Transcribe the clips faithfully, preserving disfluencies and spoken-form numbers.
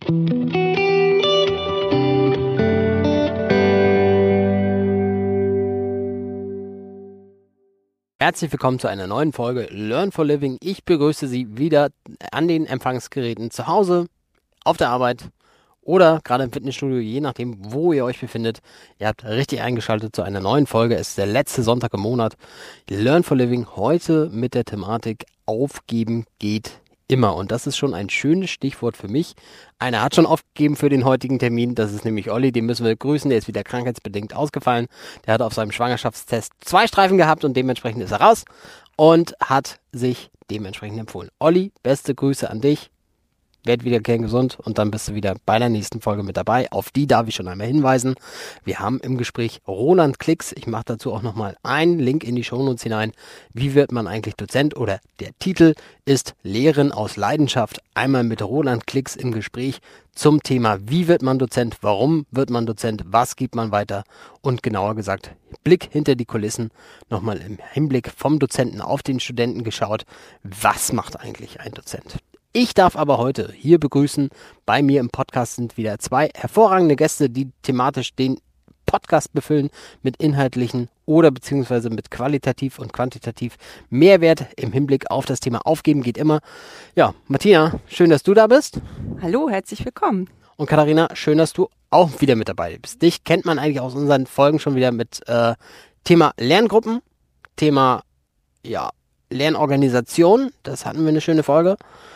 Herzlich willkommen zu einer neuen Folge Learn for Living. Ich begrüße Sie wieder an den Empfangsgeräten zu Hause, auf der Arbeit oder gerade im Fitnessstudio, je nachdem, wo ihr euch befindet. Ihr habt richtig eingeschaltet zu einer neuen Folge. Es ist der letzte Sonntag im Monat. Learn for Living heute mit der Thematik Aufgeben geht immer. Und das ist schon ein schönes Stichwort für mich. Einer hat schon aufgegeben für den heutigen Termin. Das ist nämlich Olli, den müssen wir grüßen. Der ist wieder krankheitsbedingt ausgefallen. Der hat auf seinem Schwangerschaftstest zwei Streifen gehabt und dementsprechend ist er raus und hat sich dementsprechend empfohlen. Olli, beste Grüße an dich. Werd wieder kerngesund und dann bist du wieder bei der nächsten Folge mit dabei. Auf die darf ich schon einmal hinweisen. Wir haben im Gespräch Roland Klicks. Ich mache dazu auch nochmal einen Link in die Shownotes hinein. Wie wird man eigentlich Dozent? Oder der Titel ist Lehren aus Leidenschaft. Einmal mit Roland Klicks im Gespräch zum Thema, wie wird man Dozent? Warum wird man Dozent? Was gibt man weiter? Und genauer gesagt, Blick hinter die Kulissen. Nochmal im Hinblick vom Dozenten auf den Studenten geschaut. Was macht eigentlich ein Dozent? Ich darf aber heute hier begrüßen, bei mir im Podcast sind wieder zwei hervorragende Gäste, die thematisch den Podcast befüllen mit inhaltlichen oder beziehungsweise mit qualitativ und quantitativ Mehrwert im Hinblick auf das Thema Aufgeben geht immer. Ja, Martina, schön, dass du da bist. Hallo, herzlich willkommen. Und Katharina, schön, dass du auch wieder mit dabei bist. Dich kennt man eigentlich aus unseren Folgen schon wieder mit äh, Thema Lerngruppen, Thema ja, Lernorganisation, das hatten wir eine schöne Folge.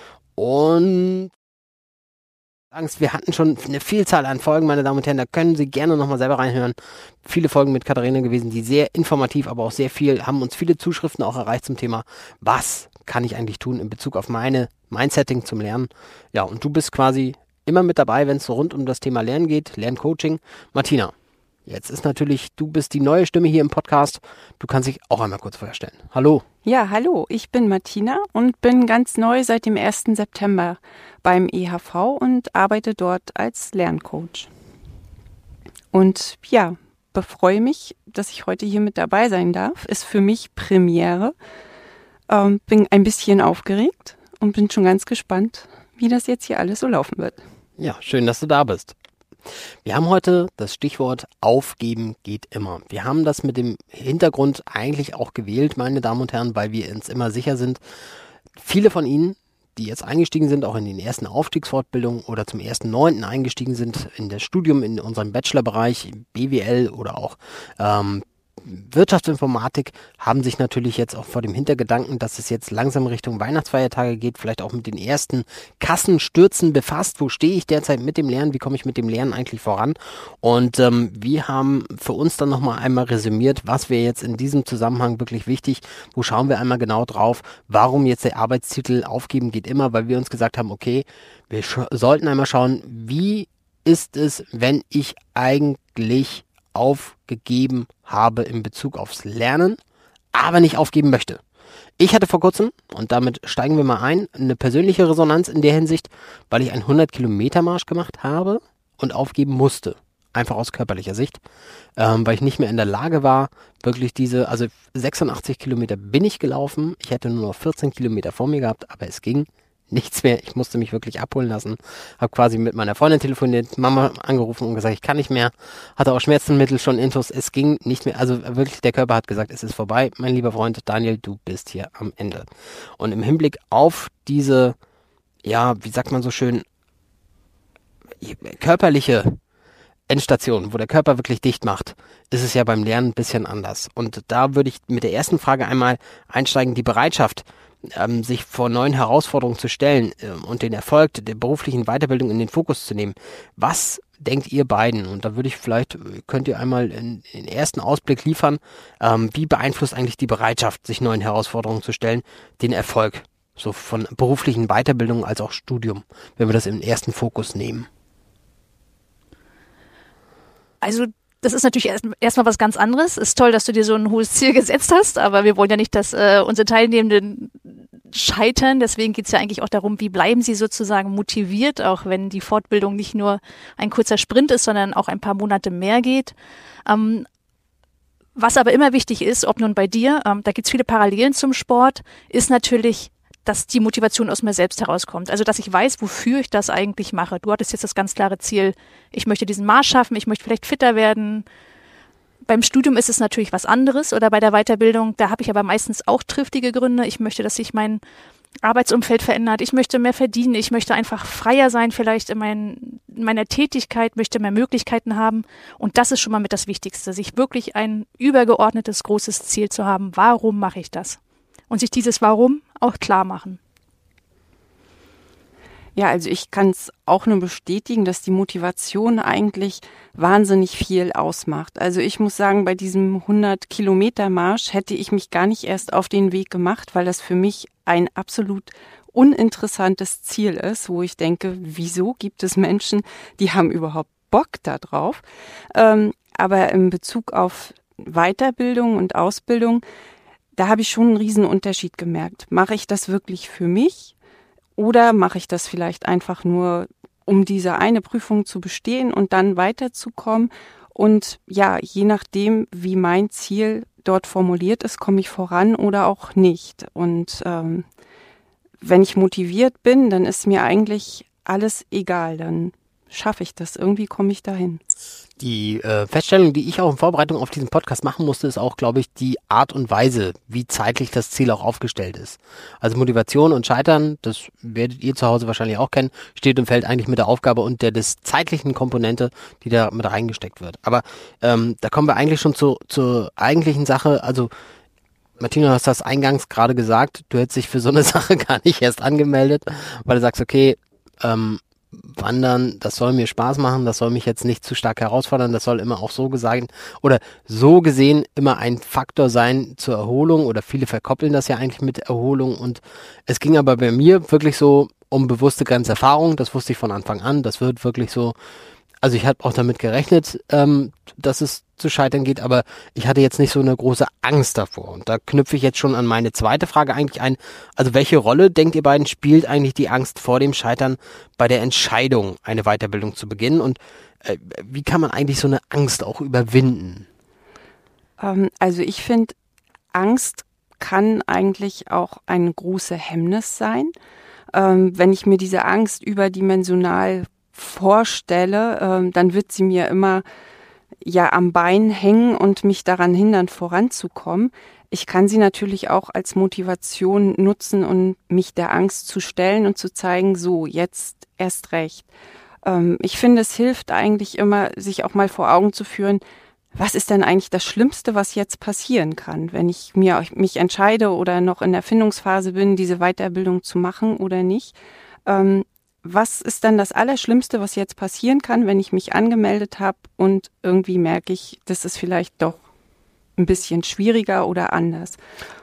Und Angst, wir hatten schon eine Vielzahl an Folgen, meine Damen und Herren, da können Sie gerne nochmal selber reinhören. Viele Folgen mit Katharina gewesen, die sehr informativ, aber auch sehr viel, haben uns viele Zuschriften auch erreicht zum Thema, was kann ich eigentlich tun in Bezug auf meine, mein Setting zum Lernen. Ja, und du bist quasi immer mit dabei, wenn es so rund um das Thema Lernen geht, Lerncoaching. Martina, jetzt ist natürlich, du bist die neue Stimme hier im Podcast. Du kannst dich auch einmal kurz vorstellen. Hallo. Ja, hallo, ich bin Martina und bin ganz neu seit dem ersten September beim E H V und arbeite dort als Lerncoach. Und ja, befreue mich, dass ich heute hier mit dabei sein darf. Ist für mich Premiere. Ähm, bin ein bisschen aufgeregt und bin schon ganz gespannt, wie das jetzt hier alles so laufen wird. Ja, schön, dass du da bist. Wir haben heute das Stichwort Aufgeben geht immer. Wir haben das mit dem Hintergrund eigentlich auch gewählt, meine Damen und Herren, weil wir uns immer sicher sind, viele von Ihnen, die jetzt eingestiegen sind, auch in den ersten Aufstiegsfortbildungen oder zum ersten Neunten eingestiegen sind in das Studium, in unserem Bachelorbereich, B W L oder auch ähm, Wirtschaftsinformatik, haben sich natürlich jetzt auch vor dem Hintergedanken, dass es jetzt langsam Richtung Weihnachtsfeiertage geht, vielleicht auch mit den ersten Kassenstürzen befasst. Wo stehe ich derzeit mit dem Lernen? Wie komme ich mit dem Lernen eigentlich voran? Und ähm, wir haben für uns dann nochmal einmal resümiert, was wäre jetzt in diesem Zusammenhang wirklich wichtig? Wo schauen wir einmal genau drauf? Warum jetzt der Arbeitstitel Aufgeben geht immer? Weil wir uns gesagt haben, okay, wir sch- sollten einmal schauen, wie ist es, wenn ich eigentlich aufgegeben habe in Bezug aufs Lernen, aber nicht aufgeben möchte. Ich hatte vor kurzem, und damit steigen wir mal ein, eine persönliche Resonanz in der Hinsicht, weil ich einen hundert-Kilometer-Marsch gemacht habe und aufgeben musste. Einfach aus körperlicher Sicht, ähm, weil ich nicht mehr in der Lage war, wirklich diese, also sechsundachtzig Kilometer bin ich gelaufen, ich hätte nur noch vierzehn Kilometer vor mir gehabt, aber es ging nichts mehr, ich musste mich wirklich abholen lassen, habe quasi mit meiner Freundin telefoniert, Mama angerufen und gesagt, ich kann nicht mehr, hatte auch Schmerzmittel schon intus, es ging nicht mehr, also wirklich der Körper hat gesagt, es ist vorbei, mein lieber Freund Daniel, du bist hier am Ende. Und im Hinblick auf diese, ja, wie sagt man so schön, körperliche Endstation, wo der Körper wirklich dicht macht, ist es ja beim Lernen ein bisschen anders. Und da würde ich mit der ersten Frage einmal einsteigen, die Bereitschaft, Ähm, sich vor neuen Herausforderungen zu stellen ähm, und den Erfolg der beruflichen Weiterbildung in den Fokus zu nehmen. Was denkt ihr beiden? Und da würde ich vielleicht, könnt ihr einmal in, in den ersten Ausblick liefern, ähm, wie beeinflusst eigentlich die Bereitschaft, sich neuen Herausforderungen zu stellen, den Erfolg, so von beruflichen Weiterbildung als auch Studium, wenn wir das im ersten Fokus nehmen? Also das ist natürlich erst, erstmal was ganz anderes. Ist toll, dass du dir so ein hohes Ziel gesetzt hast, aber wir wollen ja nicht, dass äh, unsere Teilnehmenden scheitern. Deswegen geht es ja eigentlich auch darum, wie bleiben sie sozusagen motiviert, auch wenn die Fortbildung nicht nur ein kurzer Sprint ist, sondern auch ein paar Monate mehr geht. Ähm, was aber immer wichtig ist, ob nun bei dir, ähm, da gibt es viele Parallelen zum Sport, ist natürlich dass die Motivation aus mir selbst herauskommt. Also, dass ich weiß, wofür ich das eigentlich mache. Du hattest jetzt das ganz klare Ziel, ich möchte diesen Marsch schaffen, ich möchte vielleicht fitter werden. Beim Studium ist es natürlich was anderes oder bei der Weiterbildung, da habe ich aber meistens auch triftige Gründe. Ich möchte, dass sich mein Arbeitsumfeld verändert, ich möchte mehr verdienen, ich möchte einfach freier sein vielleicht in, mein, in meiner Tätigkeit, möchte mehr Möglichkeiten haben. Und das ist schon mal mit das Wichtigste, sich wirklich ein übergeordnetes, großes Ziel zu haben. Warum mache ich das? Und sich dieses Warum auch klar machen. Ja, also ich kann es auch nur bestätigen, dass die Motivation eigentlich wahnsinnig viel ausmacht. Also ich muss sagen, bei diesem hundert-Kilometer-Marsch hätte ich mich gar nicht erst auf den Weg gemacht, weil das für mich ein absolut uninteressantes Ziel ist, wo ich denke, wieso gibt es Menschen, die haben überhaupt Bock da drauf? Ähm, aber in Bezug auf Weiterbildung und Ausbildung, da habe ich schon einen riesen Unterschied gemerkt. Mache ich das wirklich für mich oder mache ich das vielleicht einfach nur, um diese eine Prüfung zu bestehen und dann weiterzukommen? Und ja, je nachdem, wie mein Ziel dort formuliert ist, komme ich voran oder auch nicht. Und ähm, wenn ich motiviert bin, dann ist mir eigentlich alles egal. Dann schaffe ich das. Irgendwie komme ich dahin. Die äh, Feststellung, die ich auch in Vorbereitung auf diesen Podcast machen musste, ist auch, glaube ich, die Art und Weise, wie zeitlich das Ziel auch aufgestellt ist. Also Motivation und Scheitern, das werdet ihr zu Hause wahrscheinlich auch kennen, steht und fällt eigentlich mit der Aufgabe und der des zeitlichen Komponente, die da mit reingesteckt wird. Aber ähm, da kommen wir eigentlich schon zu, zur eigentlichen Sache. Also Martina, du hast das eingangs gerade gesagt, du hättest dich für so eine Sache gar nicht erst angemeldet, weil du sagst, okay, ähm, Wandern, das soll mir Spaß machen, das soll mich jetzt nicht zu stark herausfordern, das soll immer auch so gesagt oder so gesehen immer ein Faktor sein zur Erholung oder viele verkoppeln das ja eigentlich mit Erholung und es ging aber bei mir wirklich so um bewusste Grenzerfahrung, das wusste ich von Anfang an, das wird wirklich so, also ich habe auch damit gerechnet, ähm, dass es zu scheitern geht, aber ich hatte jetzt nicht so eine große Angst davor. Und da knüpfe ich jetzt schon an meine zweite Frage eigentlich ein. Also welche Rolle, denkt ihr beiden, spielt eigentlich die Angst vor dem Scheitern bei der Entscheidung, eine Weiterbildung zu beginnen? Und äh, wie kann man eigentlich so eine Angst auch überwinden? Ähm, also ich finde, Angst kann eigentlich auch ein großes Hemmnis sein. Ähm, wenn ich mir diese Angst überdimensional vorstelle, ähm, dann wird sie mir immer ja am Bein hängen und mich daran hindern, voranzukommen. Ich kann sie natürlich auch als Motivation nutzen, um mich der Angst zu stellen und zu zeigen, so, jetzt erst recht. Ähm, ich finde, es hilft eigentlich immer, sich auch mal vor Augen zu führen, was ist denn eigentlich das Schlimmste, was jetzt passieren kann, wenn ich mir mich entscheide oder noch in der Findungsphase bin, diese Weiterbildung zu machen oder nicht. Ähm, Was ist dann das Allerschlimmste, was jetzt passieren kann, wenn ich mich angemeldet habe und irgendwie merke ich, das ist vielleicht doch ein bisschen schwieriger oder anders?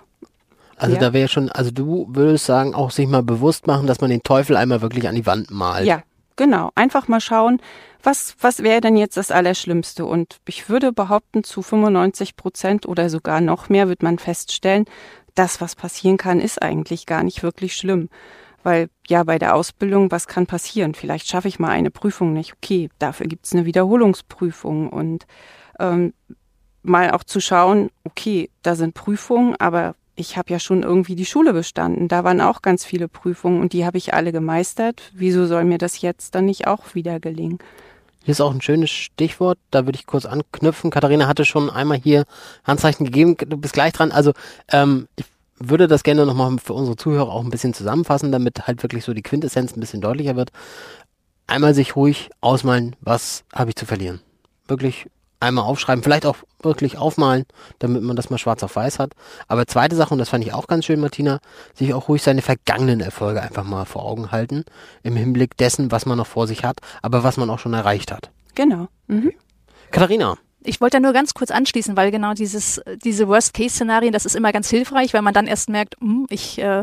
Also ja. da wäre schon, also du würdest sagen, auch sich mal bewusst machen, dass man den Teufel einmal wirklich an die Wand malt. Ja, genau. Einfach mal schauen, was, was wäre denn jetzt das Allerschlimmste? Und ich würde behaupten, zu fünfundneunzig Prozent oder sogar noch mehr wird man feststellen, das, was passieren kann, ist eigentlich gar nicht wirklich schlimm. Weil ja, bei der Ausbildung, was kann passieren? Vielleicht schaffe ich mal eine Prüfung nicht. Okay, dafür gibt es eine Wiederholungsprüfung. Und ähm, mal auch zu schauen, okay, da sind Prüfungen, aber ich habe ja schon irgendwie die Schule bestanden. Da waren auch ganz viele Prüfungen und die habe ich alle gemeistert. Wieso soll mir das jetzt dann nicht auch wieder gelingen? Hier ist auch ein schönes Stichwort, da würde ich kurz anknüpfen. Katharina hatte schon einmal hier Handzeichen gegeben, du bist gleich dran. Also ähm, ich würde das gerne nochmal für unsere Zuhörer auch ein bisschen zusammenfassen, damit halt wirklich so die Quintessenz ein bisschen deutlicher wird. Einmal sich ruhig ausmalen, was habe ich zu verlieren. Wirklich einmal aufschreiben, vielleicht auch wirklich aufmalen, damit man das mal schwarz auf weiß hat. Aber zweite Sache, und das fand ich auch ganz schön, Martina, sich auch ruhig seine vergangenen Erfolge einfach mal vor Augen halten, im Hinblick dessen, was man noch vor sich hat, aber was man auch schon erreicht hat. Genau. Mhm. Katharina. Ich wollte da nur ganz kurz anschließen, weil genau dieses, diese Worst-Case-Szenarien, das ist immer ganz hilfreich, weil man dann erst merkt, hm, ich äh,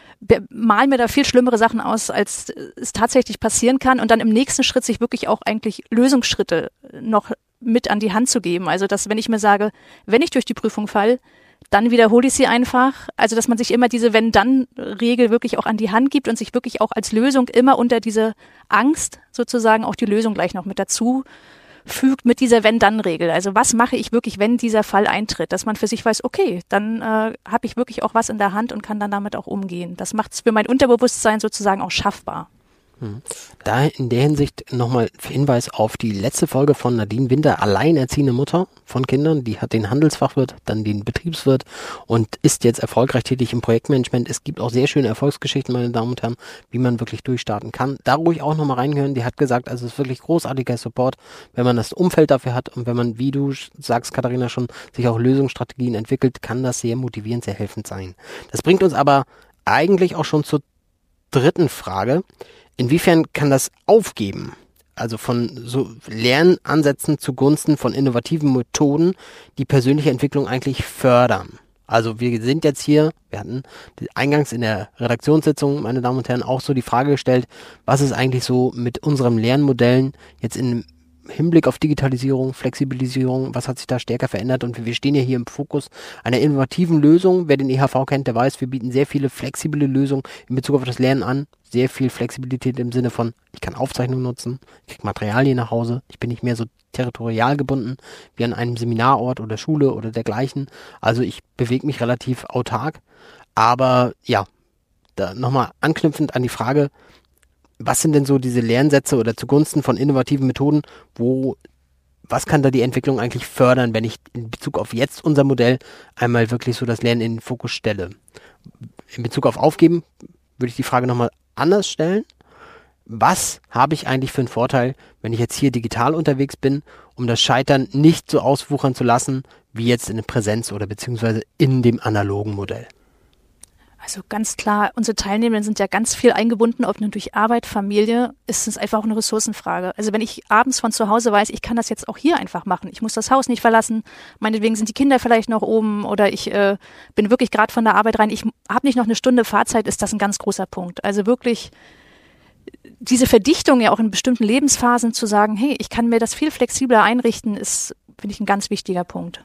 mal mir da viel schlimmere Sachen aus, als es tatsächlich passieren kann und dann im nächsten Schritt sich wirklich auch eigentlich Lösungsschritte noch mit an die Hand zu geben. Also dass, wenn ich mir sage, wenn ich durch die Prüfung falle, dann wiederhole ich sie einfach. Also dass man sich immer diese Wenn-Dann-Regel wirklich auch an die Hand gibt und sich wirklich auch als Lösung immer unter diese Angst sozusagen auch die Lösung gleich noch mit dazu fügt mit dieser Wenn-Dann-Regel. Also was mache ich wirklich, wenn dieser Fall eintritt, dass man für sich weiß, okay, dann äh, habe ich wirklich auch was in der Hand und kann dann damit auch umgehen. Das macht es für mein Unterbewusstsein sozusagen auch schaffbar. Da in der Hinsicht nochmal Hinweis auf die letzte Folge von Nadine Winter, alleinerziehende Mutter von Kindern. Die hat den Handelsfachwirt, dann den Betriebswirt und ist jetzt erfolgreich tätig im Projektmanagement. Es gibt auch sehr schöne Erfolgsgeschichten, meine Damen und Herren, wie man wirklich durchstarten kann. Da ruhig auch nochmal reinhören. Die hat gesagt, also es ist wirklich großartiger Support, wenn man das Umfeld dafür hat und wenn man, wie du sagst, Katharina, schon sich auch Lösungsstrategien entwickelt, kann das sehr motivierend, sehr helfend sein. Das bringt uns aber eigentlich auch schon zur dritten Frage. Inwiefern kann das Aufgeben, also von so Lernansätzen zugunsten von innovativen Methoden, die persönliche Entwicklung eigentlich fördern? Also wir sind jetzt hier, wir hatten eingangs in der Redaktionssitzung, meine Damen und Herren, auch so die Frage gestellt, was ist eigentlich so mit unseren Lernmodellen jetzt in Hinblick auf Digitalisierung, Flexibilisierung, was hat sich da stärker verändert? Und wir stehen ja hier im Fokus einer innovativen Lösung. Wer den E H V kennt, der weiß, wir bieten sehr viele flexible Lösungen in Bezug auf das Lernen an. Sehr viel Flexibilität im Sinne von, ich kann Aufzeichnungen nutzen, ich kriege Materialien nach Hause, ich bin nicht mehr so territorial gebunden wie an einem Seminarort oder Schule oder dergleichen. Also ich bewege mich relativ autark. Aber ja, da nochmal anknüpfend an die Frage, was sind denn so diese Lernsätze oder zugunsten von innovativen Methoden, wo, was kann da die Entwicklung eigentlich fördern, wenn ich in Bezug auf jetzt unser Modell einmal wirklich so das Lernen in den Fokus stelle? In Bezug auf Aufgeben würde ich die Frage nochmal anders stellen. Was habe ich eigentlich für einen Vorteil, wenn ich jetzt hier digital unterwegs bin, um das Scheitern nicht so auswuchern zu lassen, wie jetzt in der Präsenz oder beziehungsweise in dem analogen Modell? Also ganz klar, unsere Teilnehmenden sind ja ganz viel eingebunden, ob nun durch Arbeit, Familie, ist es einfach auch eine Ressourcenfrage. Also wenn ich abends von zu Hause weiß, ich kann das jetzt auch hier einfach machen, ich muss das Haus nicht verlassen, meinetwegen sind die Kinder vielleicht noch oben oder ich äh, bin wirklich gerade von der Arbeit rein, ich habe nicht noch eine Stunde Fahrzeit, ist das ein ganz großer Punkt. Also wirklich diese Verdichtung ja auch in bestimmten Lebensphasen zu sagen, hey, ich kann mir das viel flexibler einrichten, ist, finde ich, ein ganz wichtiger Punkt.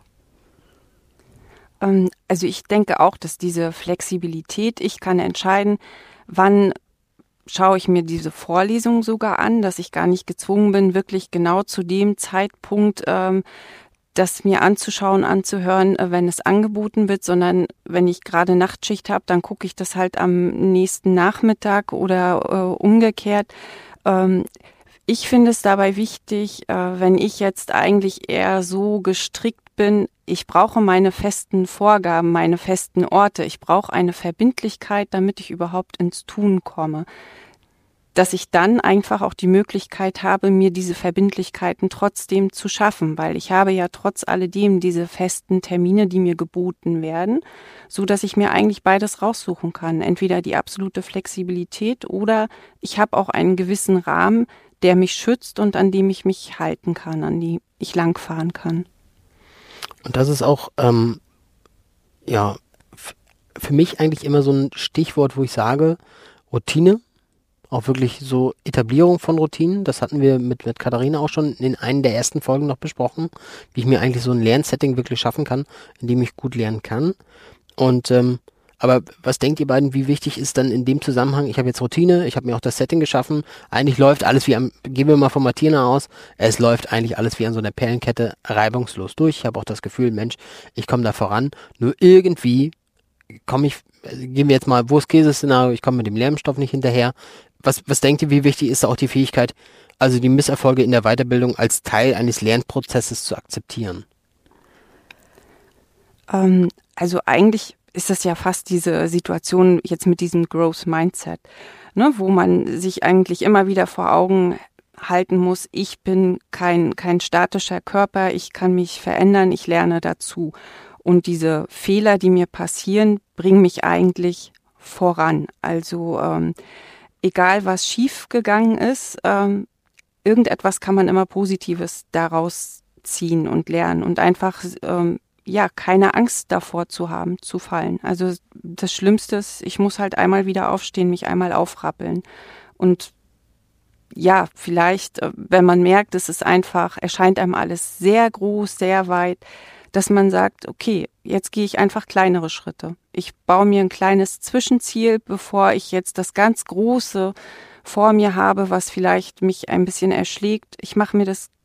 Also ich denke auch, dass diese Flexibilität, ich kann entscheiden, wann schaue ich mir diese Vorlesung sogar an, dass ich gar nicht gezwungen bin, wirklich genau zu dem Zeitpunkt ähm, das mir anzuschauen, anzuhören, äh, wenn es angeboten wird, sondern wenn ich gerade Nachtschicht habe, dann gucke ich das halt am nächsten Nachmittag oder äh, umgekehrt. Ähm, ich finde es dabei wichtig, äh, wenn ich jetzt eigentlich eher so gestrickt bin, ich brauche meine festen Vorgaben, meine festen Orte. Ich brauche eine Verbindlichkeit, damit ich überhaupt ins Tun komme. Dass ich dann einfach auch die Möglichkeit habe, mir diese Verbindlichkeiten trotzdem zu schaffen, weil ich habe ja trotz alledem diese festen Termine, die mir geboten werden, so dass ich mir eigentlich beides raussuchen kann. Entweder die absolute Flexibilität oder ich habe auch einen gewissen Rahmen, der mich schützt und an dem ich mich halten kann, an dem ich langfahren kann. Und das ist auch, ähm, ja, f- für mich eigentlich immer so ein Stichwort, wo ich sage, Routine, auch wirklich so Etablierung von Routinen. Das hatten wir mit, mit Katharina auch schon in einer der ersten Folgen noch besprochen, wie ich mir eigentlich so ein Lernsetting wirklich schaffen kann, in dem ich gut lernen kann. Und, ähm, aber was denkt ihr beiden, wie wichtig ist dann in dem Zusammenhang, ich habe jetzt Routine, ich habe mir auch das Setting geschaffen, eigentlich läuft alles wie am, gehen wir mal von Martina aus, es läuft eigentlich alles wie an so einer Perlenkette reibungslos durch. Ich habe auch das Gefühl, Mensch, ich komme da voran, nur irgendwie komme ich, gehen wir jetzt mal Wurst-Käse-Szenario, ich komme mit dem Lernstoff nicht hinterher. Was, was denkt ihr, wie wichtig ist da auch die Fähigkeit, also die Misserfolge in der Weiterbildung als Teil eines Lernprozesses zu akzeptieren? Ähm, also eigentlich ist das ja fast diese Situation jetzt mit diesem Growth Mindset, ne, wo man sich eigentlich immer wieder vor Augen halten muss, ich bin kein, kein statischer Körper, ich kann mich verändern, ich lerne dazu. Und diese Fehler, die mir passieren, bringen mich eigentlich voran. Also ähm, egal, was schief gegangen ist, ähm, irgendetwas kann man immer Positives daraus ziehen und lernen und einfach ähm, ja, keine Angst davor zu haben, zu fallen. Also das Schlimmste ist, ich muss halt einmal wieder aufstehen, mich einmal aufrappeln. Und ja, vielleicht, wenn man merkt, es ist einfach, erscheint einem alles sehr groß, sehr weit, dass man sagt, okay, jetzt gehe ich einfach kleinere Schritte. Ich baue mir ein kleines Zwischenziel, bevor ich jetzt das ganz Große vor mir habe, was vielleicht mich ein bisschen erschlägt. Ich mache mir das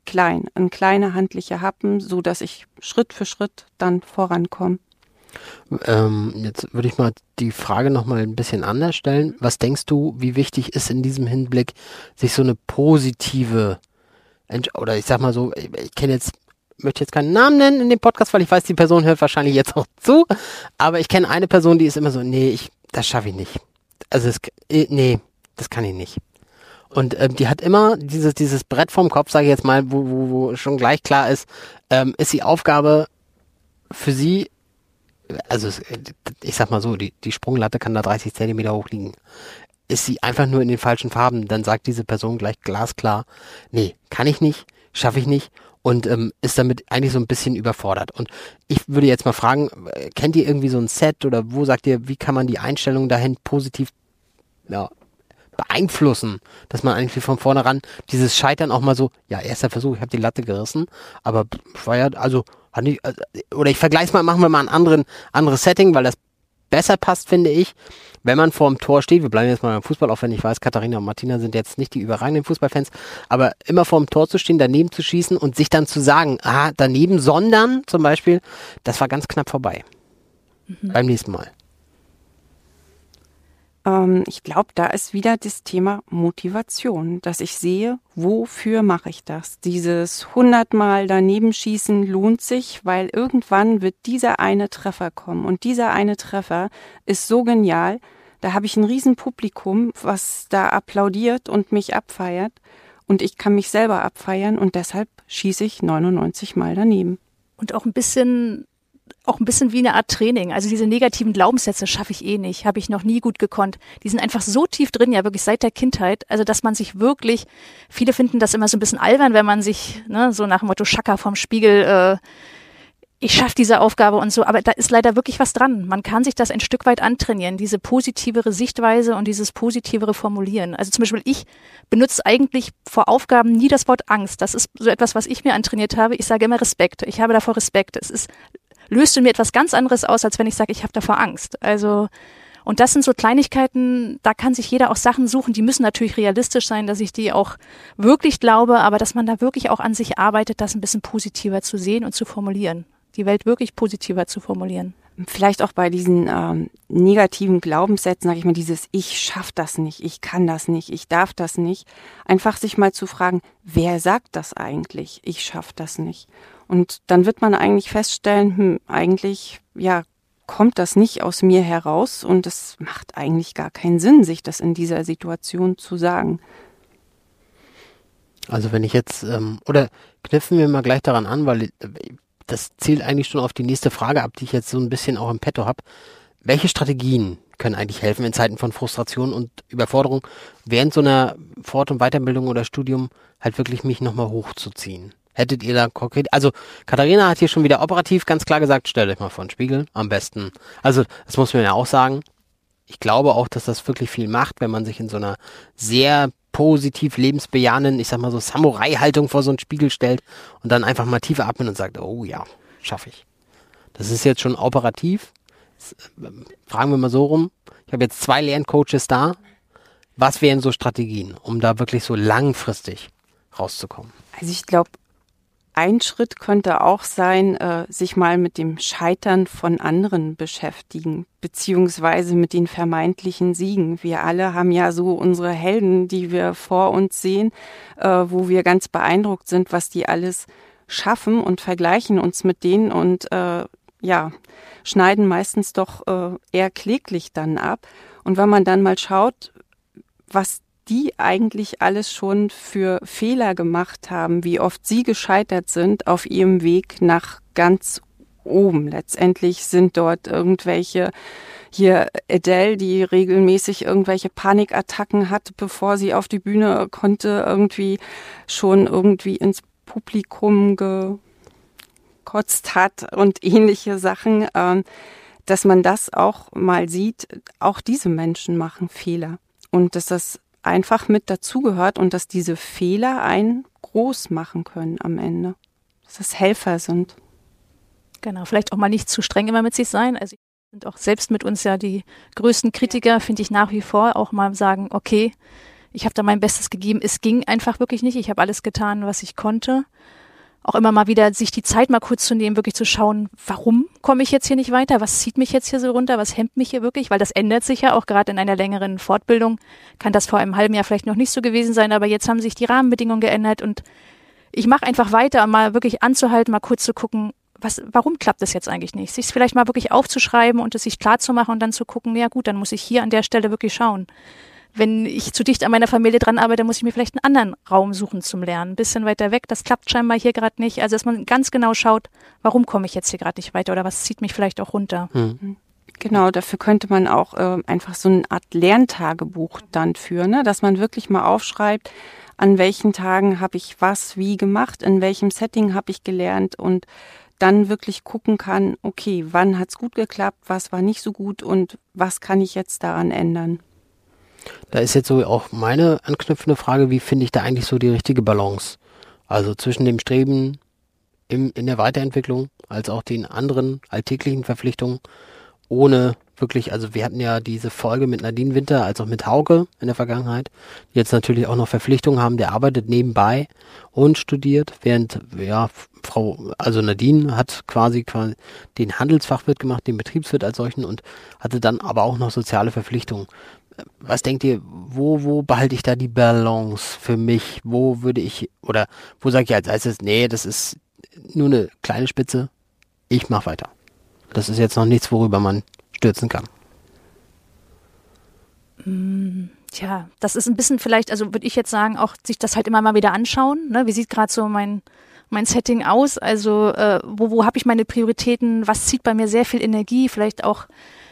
klein, in kleine handliche Happen, so dass ich Schritt für Schritt dann vorankomme. Ähm, jetzt würde ich mal die Frage nochmal ein bisschen anders stellen. Was denkst du, wie wichtig ist in diesem Hinblick, sich so eine positive, oder ich sag mal so, ich, ich kenne jetzt, möchte jetzt keinen Namen nennen in dem Podcast, weil ich weiß, die Person hört wahrscheinlich jetzt auch zu, aber ich kenne eine Person, die ist immer so, nee, ich, das schaffe ich nicht. Also, es, nee, das kann ich nicht. Und ähm, die hat immer dieses, dieses Brett vorm Kopf, sage ich jetzt mal, wo, wo, wo schon gleich klar ist, ähm, ist die Aufgabe für sie, also ich sag mal so, die, die Sprunglatte kann da dreißig Zentimeter hoch liegen. Ist sie einfach nur in den falschen Farben, dann sagt diese Person gleich glasklar, nee, kann ich nicht, schaffe ich nicht und ähm, ist damit eigentlich so ein bisschen überfordert. Und ich würde jetzt mal fragen, kennt ihr irgendwie so ein Set oder wo sagt ihr, wie kann man die Einstellung dahin positiv ja, beeinflussen, dass man eigentlich von vornherein dieses Scheitern auch mal so, ja, erster Versuch, ich habe die Latte gerissen, aber war ja, also hat nicht, oder ich vergleiche mal, machen wir mal ein anderen, anderes Setting, weil das besser passt, finde ich, wenn man vor dem Tor steht, wir bleiben jetzt mal beim Fußball, auch wenn ich weiß, Katharina und Martina sind jetzt nicht die überragenden Fußballfans, aber immer vor dem Tor zu stehen, daneben zu schießen und sich dann zu sagen, ah, daneben, sondern zum Beispiel, das war ganz knapp vorbei. Mhm. Beim nächsten Mal. Ich glaube, da ist wieder das Thema Motivation, dass ich sehe, wofür mache ich das? Dieses hundertmal daneben schießen lohnt sich, weil irgendwann wird dieser eine Treffer kommen. Und dieser eine Treffer ist so genial, da habe ich ein Riesenpublikum, was da applaudiert und mich abfeiert. Und ich kann mich selber abfeiern und deshalb schieße ich neunundneunzig Mal daneben. Und auch ein bisschen... auch ein bisschen wie eine Art Training. Also diese negativen Glaubenssätze schaffe ich eh nicht, habe ich noch nie gut gekonnt. Die sind einfach so tief drin, ja wirklich seit der Kindheit, also dass man sich wirklich, viele finden das immer so ein bisschen albern, wenn man sich ne, so nach dem Motto Schakka vom Spiegel, äh, ich schaffe diese Aufgabe und so, aber da ist leider wirklich was dran. Man kann sich das ein Stück weit antrainieren, diese positivere Sichtweise und dieses positivere Formulieren. Also zum Beispiel ich benutze eigentlich vor Aufgaben nie das Wort Angst. Das ist so etwas, was ich mir antrainiert habe. Ich sage immer Respekt. Ich habe davor Respekt. Es ist löst in mir etwas ganz anderes aus, als wenn ich sage, ich habe davor Angst. Also, und das sind so Kleinigkeiten, da kann sich jeder auch Sachen suchen, die müssen natürlich realistisch sein, dass ich die auch wirklich glaube, aber dass man da wirklich auch an sich arbeitet, das ein bisschen positiver zu sehen und zu formulieren. Die Welt wirklich positiver zu formulieren. Vielleicht auch bei diesen ähm, negativen Glaubenssätzen, sage ich mal, dieses ich schaff das nicht, ich kann das nicht, ich darf das nicht. Einfach sich mal zu fragen, wer sagt das eigentlich, ich schaff das nicht? Und dann wird man eigentlich feststellen, hm, eigentlich, ja, kommt das nicht aus mir heraus und es macht eigentlich gar keinen Sinn, sich das in dieser Situation zu sagen. Also wenn ich jetzt, ähm, oder knüpfen wir mal gleich daran an, weil das zielt eigentlich schon auf die nächste Frage ab, die ich jetzt so ein bisschen auch im Petto habe. Welche Strategien können eigentlich helfen in Zeiten von Frustration und Überforderung, während so einer Fort- und Weiterbildung oder Studium halt wirklich mich nochmal hochzuziehen? Hättet ihr da konkret, also Katharina hat hier schon wieder operativ ganz klar gesagt, stellt euch mal vor den Spiegel, am besten. Also das muss man ja auch sagen. Ich glaube auch, dass das wirklich viel macht, wenn man sich in so einer sehr positiv lebensbejahenden, ich sag mal so Samurai-Haltung vor so einen Spiegel stellt und dann einfach mal tief atmen und sagt, oh ja, schaffe ich. Das ist jetzt schon operativ. Fragen wir mal so rum. Ich habe jetzt zwei Lerncoaches da. Was wären so Strategien, um da wirklich so langfristig rauszukommen? Also ich glaube, ein Schritt könnte auch sein, äh, sich mal mit dem Scheitern von anderen beschäftigen, beziehungsweise mit den vermeintlichen Siegen. Wir alle haben ja so unsere Helden, die wir vor uns sehen, äh, wo wir ganz beeindruckt sind, was die alles schaffen und vergleichen uns mit denen und äh, ja, schneiden meistens doch äh, eher kläglich dann ab. Und wenn man dann mal schaut, was die eigentlich alles schon für Fehler gemacht haben, wie oft sie gescheitert sind auf ihrem Weg nach ganz oben. Letztendlich sind dort irgendwelche, hier Adele, die regelmäßig irgendwelche Panikattacken hat, bevor sie auf die Bühne konnte, irgendwie schon irgendwie ins Publikum gekotzt hat und ähnliche Sachen, dass man das auch mal sieht, auch diese Menschen machen Fehler und dass das einfach mit dazugehört und dass diese Fehler einen groß machen können am Ende. Dass das Helfer sind. Genau, vielleicht auch mal nicht zu streng immer mit sich sein. Also wir sind auch selbst mit uns ja die größten Kritiker, finde ich nach wie vor, auch mal sagen, okay, Ich habe da mein Bestes gegeben. Es ging einfach wirklich nicht. Ich habe alles getan, was ich konnte. Auch immer mal wieder sich die Zeit mal kurz zu nehmen, wirklich zu schauen, warum komme ich jetzt hier nicht weiter? Was zieht mich jetzt hier so runter? Was hemmt mich hier wirklich? Weil das ändert sich ja auch gerade in einer längeren Fortbildung. Kann das vor einem halben Jahr vielleicht noch nicht so gewesen sein, aber jetzt haben sich die Rahmenbedingungen geändert und ich mache einfach weiter, mal wirklich anzuhalten, mal kurz zu gucken, was, warum klappt das jetzt eigentlich nicht? Sich vielleicht mal wirklich aufzuschreiben und es sich klar zu machen und dann zu gucken, ja gut, dann muss ich hier an der Stelle wirklich schauen. Wenn ich zu dicht an meiner Familie dran arbeite, muss ich mir vielleicht einen anderen Raum suchen zum Lernen. Ein bisschen weiter weg, das klappt scheinbar hier gerade nicht. Also dass man ganz genau schaut, warum komme ich jetzt hier gerade nicht weiter oder was zieht mich vielleicht auch runter. Hm. Genau, dafür könnte man auch äh, einfach so eine Art Lerntagebuch dann führen, ne? Dass man wirklich mal aufschreibt, an welchen Tagen habe ich was wie gemacht, in welchem Setting habe ich gelernt und dann wirklich gucken kann, okay, wann hat's gut geklappt, was war nicht so gut und was kann ich jetzt daran ändern. Da ist jetzt so auch meine anknüpfende Frage, wie finde ich da eigentlich so die richtige Balance? Also zwischen dem Streben im, in der Weiterentwicklung als auch den anderen alltäglichen Verpflichtungen, ohne wirklich, also wir hatten ja diese Folge mit Nadine Winter als auch mit Hauke in der Vergangenheit, die jetzt natürlich auch noch Verpflichtungen haben, der arbeitet nebenbei und studiert, während, ja, Frau, also Nadine hat quasi, quasi den Handelsfachwirt gemacht, den Betriebswirt als solchen und hatte dann aber auch noch soziale Verpflichtungen. Was denkt ihr, wo, wo behalte ich da die Balance für mich? Wo würde ich, oder wo sage ich als erstes, nee, das ist nur eine kleine Spitze, ich mache weiter. Das ist jetzt noch nichts, worüber man stürzen kann. Mm, tja, das ist ein bisschen vielleicht, also würde ich jetzt sagen, auch sich das halt immer mal wieder anschauen. Ne? Wie sieht gerade so mein, mein Setting aus? Also äh, wo, wo habe ich meine Prioritäten? Was zieht bei mir sehr viel Energie? Vielleicht auch,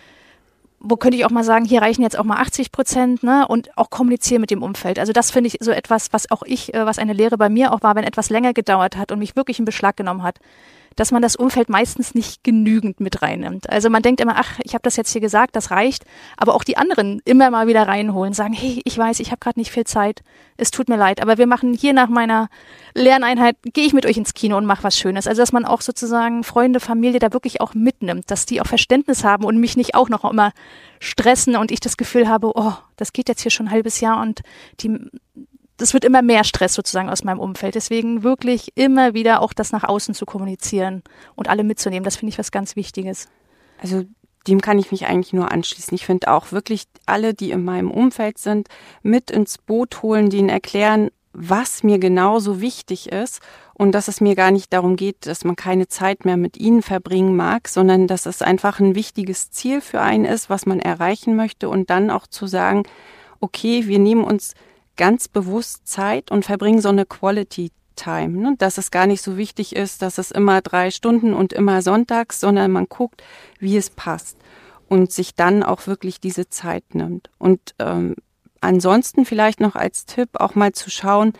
wo könnte ich auch mal sagen, hier reichen jetzt auch mal achtzig Prozent, ne? Und auch kommunizieren mit dem Umfeld. Also das finde ich so etwas, was auch ich, äh, was eine Lehre bei mir auch war, wenn etwas länger gedauert hat und mich wirklich in Beschlag genommen hat, dass man das Umfeld meistens nicht genügend mit reinnimmt. Also man denkt immer, ach, ich habe das jetzt hier gesagt, das reicht, aber auch die anderen immer mal wieder reinholen, sagen, hey, ich weiß, ich habe gerade nicht viel Zeit, es tut mir leid, aber wir machen hier nach meiner Lerneinheit, gehe ich mit euch ins Kino und mache was Schönes. Also dass man auch sozusagen Freunde, Familie da wirklich auch mitnimmt, dass die auch Verständnis haben und mich nicht auch noch immer stressen und ich das Gefühl habe, oh, das geht jetzt hier schon ein halbes Jahr und die es wird immer mehr Stress sozusagen aus meinem Umfeld. Deswegen wirklich immer wieder auch das nach außen zu kommunizieren und alle mitzunehmen. Das finde ich was ganz Wichtiges. Also dem kann ich mich eigentlich nur anschließen. Ich finde auch wirklich alle, die in meinem Umfeld sind, mit ins Boot holen, denen erklären, was mir genauso wichtig ist und dass es mir gar nicht darum geht, dass man keine Zeit mehr mit ihnen verbringen mag, sondern dass es einfach ein wichtiges Ziel für einen ist, was man erreichen möchte und dann auch zu sagen, okay, wir nehmen uns ganz bewusst Zeit und verbringen so eine Quality Time, ne? Dass es gar nicht so wichtig ist, dass es immer drei Stunden und immer sonntags, sondern man guckt, wie es passt und sich dann auch wirklich diese Zeit nimmt. Und ähm, ansonsten vielleicht noch als Tipp auch mal zu schauen,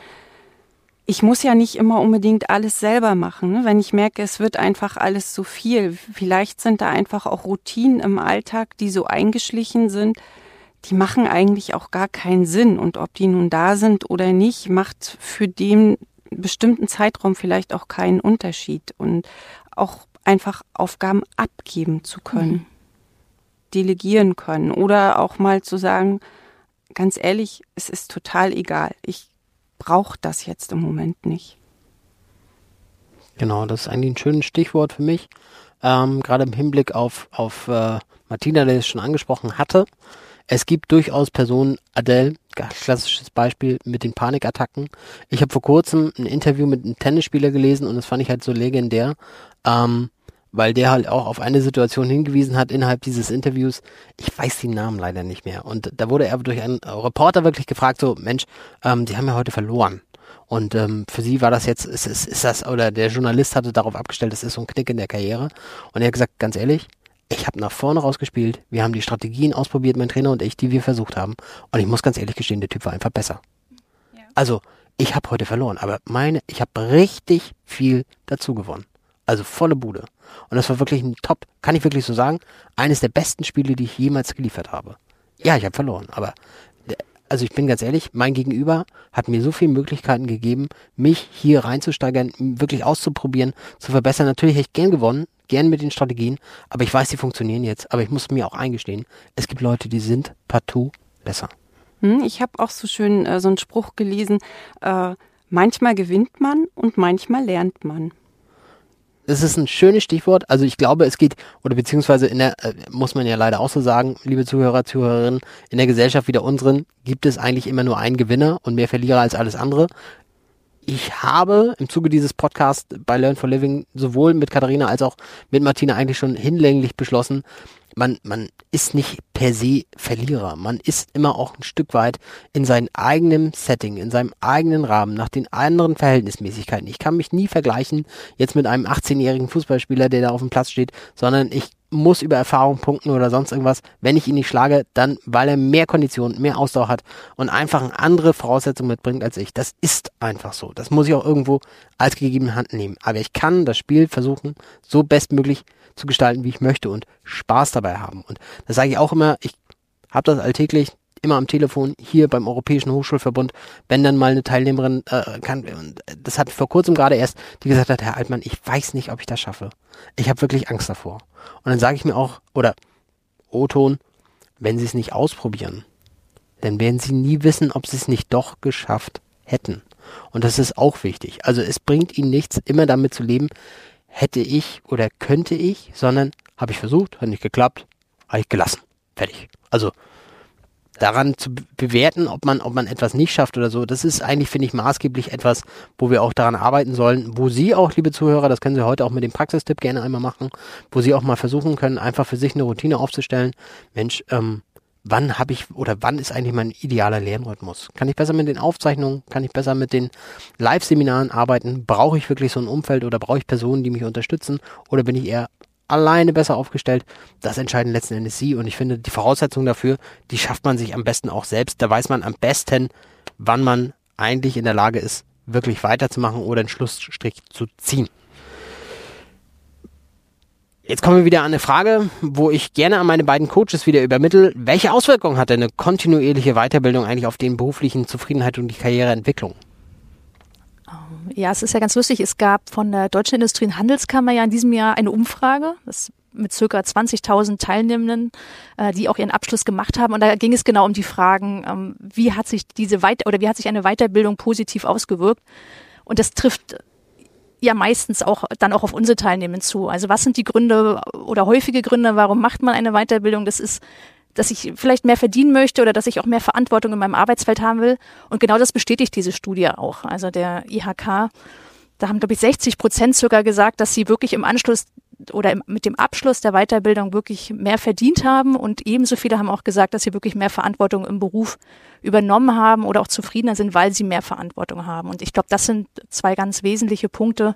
ich muss ja nicht immer unbedingt alles selber machen, ne? Wenn ich merke, es wird einfach alles so viel. Vielleicht sind da einfach auch Routinen im Alltag, die so eingeschlichen sind, die machen eigentlich auch gar keinen Sinn. Und ob die nun da sind oder nicht, macht für den bestimmten Zeitraum vielleicht auch keinen Unterschied. Und auch einfach Aufgaben abgeben zu können, mhm. delegieren können oder auch mal zu sagen, ganz ehrlich, es ist total egal. Ich brauche das jetzt im Moment nicht. Genau, das ist eigentlich ein schönes Stichwort für mich. Ähm, gerade im Hinblick auf, auf äh, Martina, der es schon angesprochen hatte. Es gibt durchaus Personen, Adele, klassisches Beispiel mit den Panikattacken. Ich habe vor kurzem ein Interview mit einem Tennisspieler gelesen und das fand ich halt so legendär, ähm, weil der halt auch auf eine Situation hingewiesen hat innerhalb dieses Interviews. Ich weiß den Namen leider nicht mehr. Und da wurde er durch einen Reporter wirklich gefragt, so, Mensch, ähm, die haben ja heute verloren. Und ähm, für sie war das jetzt, ist, ist, ist das, oder der Journalist hatte darauf abgestellt, das ist so ein Knick in der Karriere. Und er hat gesagt, ganz ehrlich, ich habe nach vorne rausgespielt, wir haben die Strategien ausprobiert, mein Trainer und ich, die wir versucht haben. Und ich muss ganz ehrlich gestehen, der Typ war einfach besser. Ja. Also, ich habe heute verloren, aber meine, ich habe richtig viel dazu gewonnen. Also volle Bude. Und das war wirklich ein Top, kann ich wirklich so sagen, eines der besten Spiele, die ich jemals geliefert habe. Ja, ich habe verloren, aber also ich bin ganz ehrlich, mein Gegenüber hat mir so viele Möglichkeiten gegeben, mich hier reinzusteigern, wirklich auszuprobieren, zu verbessern. Natürlich hätte ich gern gewonnen, gern mit den Strategien, aber ich weiß, die funktionieren jetzt. Aber ich muss mir auch eingestehen, es gibt Leute, die sind partout besser. Hm, ich habe auch so schön äh, so einen Spruch gelesen, äh, manchmal gewinnt man und manchmal lernt man. Das ist ein schönes Stichwort. Also ich glaube, es geht, oder beziehungsweise in der, äh, muss man ja leider auch so sagen, liebe Zuhörer, Zuhörerinnen, in der Gesellschaft wie der unseren gibt es eigentlich immer nur einen Gewinner und mehr Verlierer als alles andere. Ich habe im Zuge dieses Podcasts bei Learn for Living sowohl mit Katharina als auch mit Martina eigentlich schon hinlänglich beschlossen, man, man ist nicht per se Verlierer. Man ist immer auch ein Stück weit in seinem eigenen Setting, in seinem eigenen Rahmen, nach den anderen Verhältnismäßigkeiten. Ich kann mich nie vergleichen jetzt mit einem achtzehnjährigen Fußballspieler, der da auf dem Platz steht, sondern ich muss über Erfahrung punkten oder sonst irgendwas. Wenn ich ihn nicht schlage, dann, weil er mehr Kondition, mehr Ausdauer hat und einfach eine andere Voraussetzung mitbringt als ich. Das ist einfach so. Das muss ich auch irgendwo als gegebene Hand nehmen. Aber ich kann das Spiel versuchen, so bestmöglich zu gestalten, wie ich möchte und Spaß dabei haben. Und das sage ich auch immer, ich habe das alltäglich immer am Telefon hier beim Europäischen Hochschulverbund, wenn dann mal eine Teilnehmerin äh, kann, und das hat vor kurzem gerade erst, die gesagt hat, Herr Altmann, ich weiß nicht, ob ich das schaffe. Ich habe wirklich Angst davor. Und dann sage ich mir auch, oder O-Ton, wenn Sie es nicht ausprobieren, dann werden Sie nie wissen, ob Sie es nicht doch geschafft hätten. Und das ist auch wichtig. Also es bringt Ihnen nichts, immer damit zu leben, hätte ich oder könnte ich, sondern habe ich versucht, hat nicht geklappt, habe ich gelassen. Fertig. Also daran zu bewerten, ob man, ob man etwas nicht schafft oder so, das ist eigentlich, finde ich, maßgeblich etwas, wo wir auch daran arbeiten sollen, wo Sie auch, liebe Zuhörer, das können Sie heute auch mit dem Praxistipp gerne einmal machen, wo Sie auch mal versuchen können, einfach für sich eine Routine aufzustellen. Mensch, ähm, wann habe ich oder wann ist eigentlich mein idealer Lernrhythmus? Kann ich besser mit den Aufzeichnungen, kann ich besser mit den Live-Seminaren arbeiten? Brauche ich wirklich so ein Umfeld oder brauche ich Personen, die mich unterstützen? Oder bin ich eher alleine besser aufgestellt? Das entscheiden letzten Endes Sie. Und ich finde, die Voraussetzungen dafür, die schafft man sich am besten auch selbst. Da weiß man am besten, wann man eigentlich in der Lage ist, wirklich weiterzumachen oder einen Schlussstrich zu ziehen. Jetzt kommen wir wieder an eine Frage, wo ich gerne an meine beiden Coaches wieder übermittle. Welche Auswirkungen hat denn eine kontinuierliche Weiterbildung eigentlich auf den beruflichen Zufriedenheit und die Karriereentwicklung? Ja, es ist ja ganz lustig. Es gab von der Deutschen Industrie- und Handelskammer ja in diesem Jahr eine Umfrage, das mit circa zwanzigtausend Teilnehmenden, äh, die auch ihren Abschluss gemacht haben. Und da ging es genau um die Fragen, ähm, wie hat sich diese Weit- oder wie hat sich eine Weiterbildung positiv ausgewirkt? Und das trifft ja meistens auch dann auch auf unsere Teilnehmenden zu. Also was sind die Gründe oder häufige Gründe, warum macht man eine Weiterbildung? Das ist, dass ich vielleicht mehr verdienen möchte oder dass ich auch mehr Verantwortung in meinem Arbeitsfeld haben will. Und genau das bestätigt diese Studie auch. Also der I H K, da haben, glaube ich, sechzig Prozent sogar gesagt, dass sie wirklich im Anschluss oder im, mit dem Abschluss der Weiterbildung wirklich mehr verdient haben. Und ebenso viele haben auch gesagt, dass sie wirklich mehr Verantwortung im Beruf übernommen haben oder auch zufriedener sind, weil sie mehr Verantwortung haben. Und ich glaube, das sind zwei ganz wesentliche Punkte,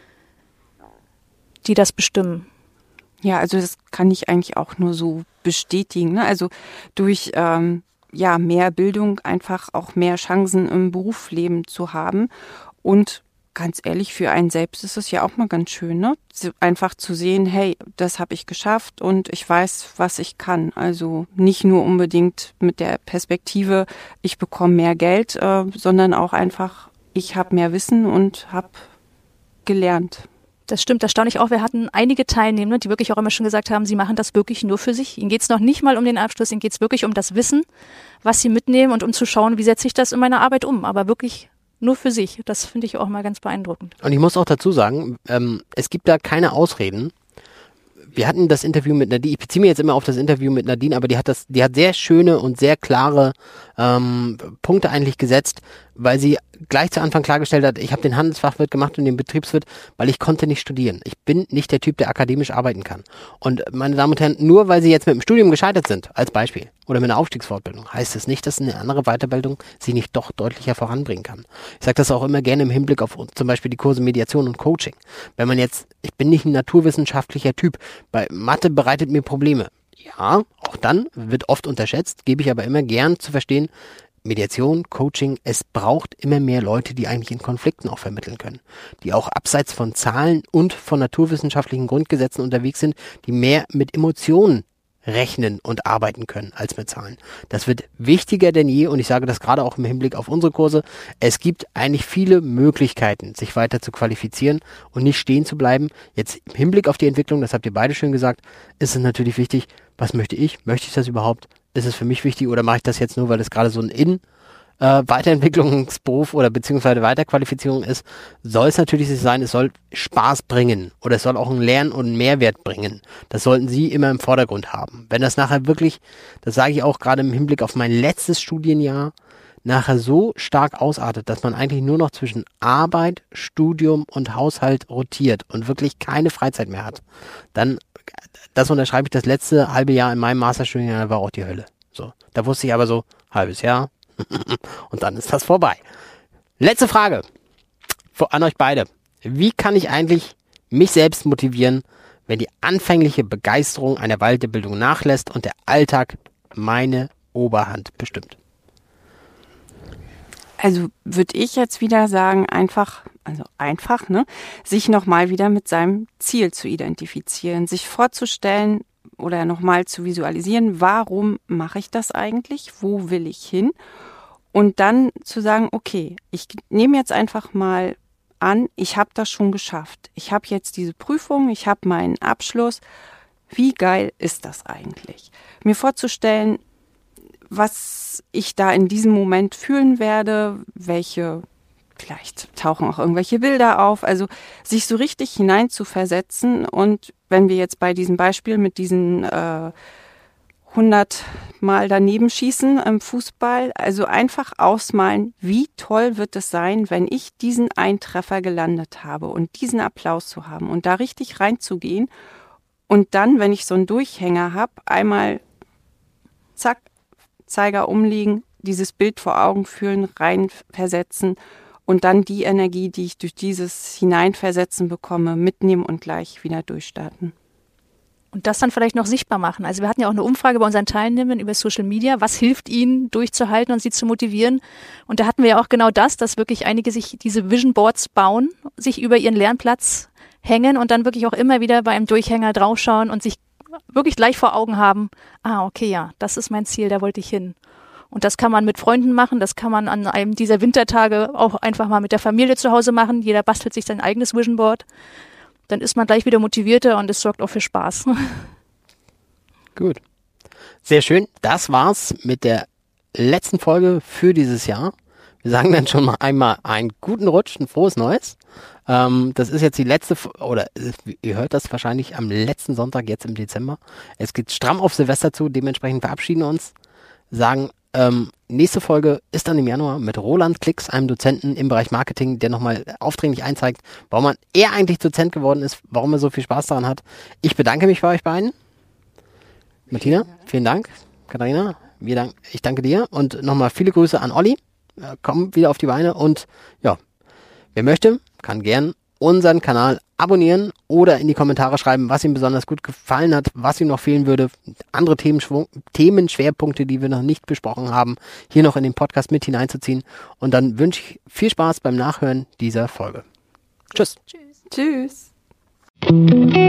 die das bestimmen. Ja, also das kann ich eigentlich auch nur so bestätigen. Ne? Also durch ähm, ja mehr Bildung einfach auch mehr Chancen im Berufsleben zu haben. Und ganz ehrlich, für einen selbst ist es ja auch mal ganz schön, ne? Einfach zu sehen, hey, das habe ich geschafft und ich weiß, was ich kann. Also nicht nur unbedingt mit der Perspektive, ich bekomme mehr Geld, äh, sondern auch einfach, ich habe mehr Wissen und habe gelernt. Das stimmt, das staune ich auch. Wir hatten einige Teilnehmer, die wirklich auch immer schon gesagt haben, sie machen das wirklich nur für sich. Ihnen geht es noch nicht mal um den Abschluss, ihnen geht es wirklich um das Wissen, was sie mitnehmen und um zu schauen, wie setze ich das in meiner Arbeit um. Aber wirklich nur für sich. Das finde ich auch mal ganz beeindruckend. Und ich muss auch dazu sagen, ähm, es gibt da keine Ausreden. Wir hatten das Interview mit Nadine, ich beziehe mich jetzt immer auf das Interview mit Nadine, aber die hat das, die hat sehr schöne und sehr klare ähm, Punkte eigentlich gesetzt, weil sie gleich zu Anfang klargestellt hat, ich habe den Handelsfachwirt gemacht und den Betriebswirt, weil ich konnte nicht studieren. Ich bin nicht der Typ, der akademisch arbeiten kann. Und meine Damen und Herren, nur weil Sie jetzt mit dem Studium gescheitert sind, als Beispiel, oder mit einer Aufstiegsfortbildung, heißt es nicht, dass eine andere Weiterbildung Sie nicht doch deutlicher voranbringen kann. Ich sage das auch immer gerne im Hinblick auf zum Beispiel die Kurse Mediation und Coaching. Wenn man jetzt, ich bin nicht ein naturwissenschaftlicher Typ, bei Mathe bereitet mir Probleme. Ja, auch dann wird oft unterschätzt, gebe ich aber immer gern zu verstehen, Mediation, Coaching, es braucht immer mehr Leute, die eigentlich in Konflikten auch vermitteln können, die auch abseits von Zahlen und von naturwissenschaftlichen Grundgesetzen unterwegs sind, die mehr mit Emotionen rechnen und arbeiten können als mit Zahlen. Das wird wichtiger denn je und ich sage das gerade auch im Hinblick auf unsere Kurse. Es gibt eigentlich viele Möglichkeiten, sich weiter zu qualifizieren und nicht stehen zu bleiben. Jetzt im Hinblick auf die Entwicklung, das habt ihr beide schön gesagt, ist es natürlich wichtig, was möchte ich? Möchte ich das überhaupt? ist es für mich wichtig oder mache ich das jetzt nur, weil es gerade so ein In- Äh, Weiterentwicklungsberuf oder beziehungsweise Weiterqualifizierung ist, soll es natürlich sein, es soll Spaß bringen oder es soll auch einen Lern- und einen Mehrwert bringen. Das sollten Sie immer im Vordergrund haben. Wenn das nachher wirklich, das sage ich auch gerade im Hinblick auf mein letztes Studienjahr, nachher so stark ausartet, dass man eigentlich nur noch zwischen Arbeit, Studium und Haushalt rotiert und wirklich keine Freizeit mehr hat, dann, das unterschreibe ich, das letzte halbe Jahr in meinem Masterstudienjahr war auch die Hölle. So, da wusste ich aber so, halbes Jahr, und dann ist das vorbei. Letzte Frage an euch beide. Wie kann ich eigentlich mich selbst motivieren, wenn die anfängliche Begeisterung einer Weiterbildung nachlässt und der Alltag meine Oberhand bestimmt? Also würde ich jetzt wieder sagen, einfach, also einfach, ne, sich nochmal wieder mit seinem Ziel zu identifizieren, sich vorzustellen oder nochmal zu visualisieren, warum mache ich das eigentlich, wo will ich hin? Und dann zu sagen, okay, ich nehme jetzt einfach mal an, ich habe das schon geschafft. Ich habe jetzt diese Prüfung, ich habe meinen Abschluss. Wie geil ist das eigentlich? Mir vorzustellen, was ich da in diesem Moment fühlen werde, welche, vielleicht tauchen auch irgendwelche Bilder auf, also sich so richtig hinein zu versetzen. Und wenn wir jetzt bei diesem Beispiel mit diesen äh, hundert Mal daneben schießen im Fußball, also einfach ausmalen, wie toll wird es sein, wenn ich diesen Eintreffer gelandet habe und diesen Applaus zu haben und da richtig reinzugehen und dann, wenn ich so einen Durchhänger habe, einmal zack, Zeiger umlegen, dieses Bild vor Augen führen, reinversetzen und dann die Energie, die ich durch dieses Hineinversetzen bekomme, mitnehmen und gleich wieder durchstarten. Und das dann vielleicht noch sichtbar machen. Also wir hatten ja auch eine Umfrage bei unseren Teilnehmern über Social Media. Was hilft ihnen, durchzuhalten und sie zu motivieren? Und da hatten wir ja auch genau das, dass wirklich einige sich diese Vision Boards bauen, sich über ihren Lernplatz hängen und dann wirklich auch immer wieder bei einem Durchhänger draufschauen und sich wirklich gleich vor Augen haben, ah, okay, ja, das ist mein Ziel, da wollte ich hin. Und das kann man mit Freunden machen, das kann man an einem dieser Wintertage auch einfach mal mit der Familie zu Hause machen. Jeder bastelt sich sein eigenes Vision Board. Dann ist man gleich wieder motivierter und es sorgt auch für Spaß. Gut. Sehr schön. Das war's mit der letzten Folge für dieses Jahr. Wir sagen dann schon mal einmal einen guten Rutsch, ein frohes Neues. Ähm, das ist jetzt die letzte, oder ihr hört das wahrscheinlich am letzten Sonntag jetzt im Dezember. Es geht stramm auf Silvester zu, dementsprechend verabschieden wir uns. Sagen, ähm, nächste Folge ist dann im Januar mit Roland Klicks, einem Dozenten im Bereich Marketing, der nochmal aufdringlich einzeigt, warum man er eigentlich Dozent geworden ist, warum er so viel Spaß daran hat. Ich bedanke mich bei euch beiden. Martina, vielen Dank. Katharina, wir dank, ich danke dir und nochmal viele Grüße an Olli. Komm wieder auf die Beine und ja, wer möchte, kann gern unseren Kanal abonnieren oder in die Kommentare schreiben, was ihm besonders gut gefallen hat, was ihm noch fehlen würde, andere Themenschwung, Themenschwerpunkte, die wir noch nicht besprochen haben, hier noch in den Podcast mit hineinzuziehen. Und dann wünsche ich viel Spaß beim Nachhören dieser Folge. Tschüss. Tschüss. Tschüss.